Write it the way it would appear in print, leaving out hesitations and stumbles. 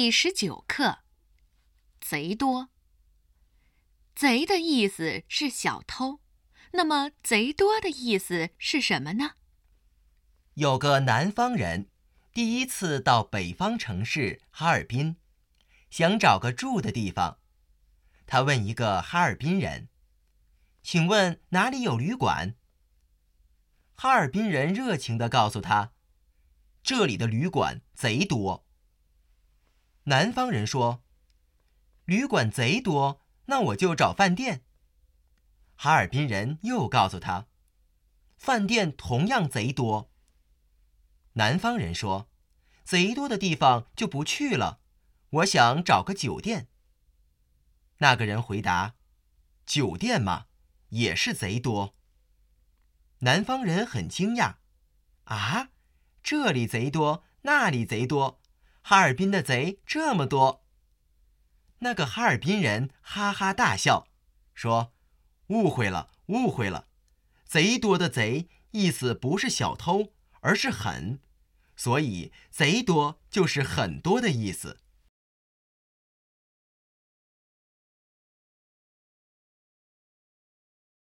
第19课，贼多。贼的意思是小偷，那么贼多的意思是什么呢？ 有个南方人，第一次到北方城市哈尔滨，想找个住的地方。他问一个哈尔滨人：“请问哪里有旅馆？”哈尔滨人热情地告诉他：“这里的旅馆贼多。”南方人说：“旅馆贼多，那我就找饭店。”哈尔滨人又告诉他：“饭店同样贼多。”南方人说：“贼多的地方就不去了，我想找个酒店。”那个人回答：“酒店嘛，也是贼多。”南方人很惊讶：“啊，这里贼多，那里贼多，哈尔滨的贼这么多？”那个哈尔滨人哈哈大笑，说：“误会了，误会了，贼多的贼意思不是小偷，而是狠，所以贼多就是很多的意思。”